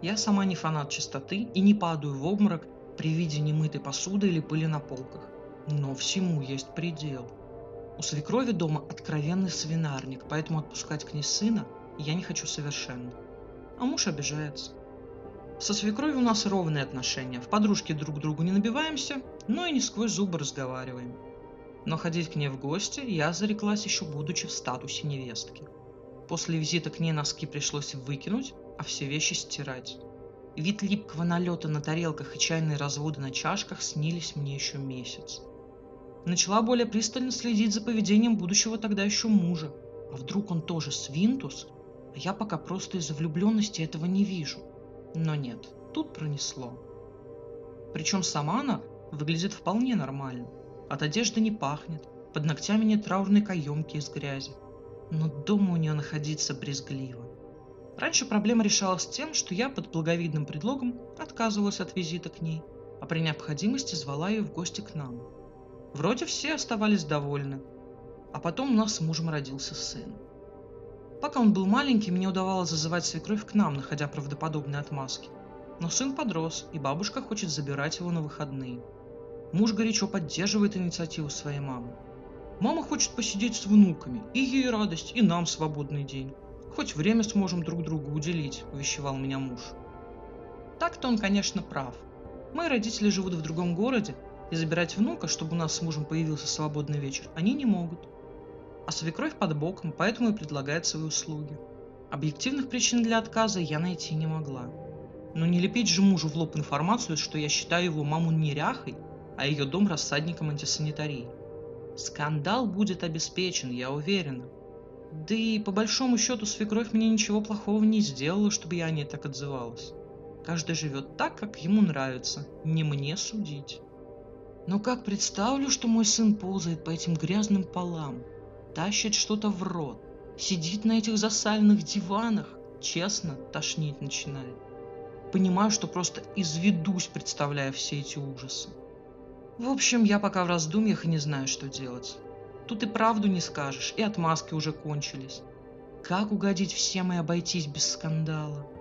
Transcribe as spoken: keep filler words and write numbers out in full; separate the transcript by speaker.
Speaker 1: Я сама не фанат чистоты и не падаю в обморок при виде немытой посуды или пыли на полках. Но всему есть предел. У свекрови дома откровенный свинарник, поэтому отпускать к ней сына я не хочу совершенно. А муж обижается. Со свекровью у нас ровные отношения, в подружки друг другу не набиваемся, но и не сквозь зубы разговариваем. Но ходить к ней в гости я зареклась еще будучи в статусе невестки. После визита к ней носки пришлось выкинуть, а все вещи стирать. Вид липкого налета на тарелках и чайные разводы на чашках снились мне еще месяц. Начала более пристально следить за поведением будущего тогда еще мужа. А вдруг он тоже свинтус? А я пока просто из-за влюбленности этого не вижу. Но нет, тут пронесло. Причем сама она выглядит вполне нормально. От одежды не пахнет, под ногтями нет траурной каемки из грязи. Но дома у нее находиться брезгливо. Раньше проблема решалась тем, что я под благовидным предлогом отказывалась от визита к ней, а при необходимости звала ее в гости к нам. Вроде все оставались довольны. А потом у нас с мужем родился сын. Пока он был маленький, мне удавалось зазывать свекровь к нам, находя правдоподобные отмазки. Но сын подрос, и бабушка хочет забирать его на выходные. Муж горячо поддерживает инициативу своей мамы. Мама хочет посидеть с внуками, и ей радость, и нам свободный день. Хоть время сможем друг другу уделить, увещевал меня муж. Так-то он, конечно, прав. Мои родители живут в другом городе, и забирать внука, чтобы у нас с мужем появился свободный вечер, они не могут. А свекровь под боком, поэтому и предлагает свои услуги. Объективных причин для отказа я найти не могла. Но не лепить же мужу в лоб информацию, что я считаю его маму неряхой, а ее дом рассадником антисанитарии. Скандал будет обеспечен, я уверена. Да и по большому счету свекровь мне ничего плохого не сделала, чтобы я о ней так отзывалась. Каждый живет так, как ему нравится, не мне судить. Но как представлю, что мой сын ползает по этим грязным полам, тащит что-то в рот, сидит на этих засаленных диванах, честно, тошнить начинает. Понимаю, что просто изведусь, представляя все эти ужасы. В общем, я пока в раздумьях и не знаю, что делать. Тут и правду не скажешь, и отмазки уже кончились. Как угодить всем и обойтись без скандала?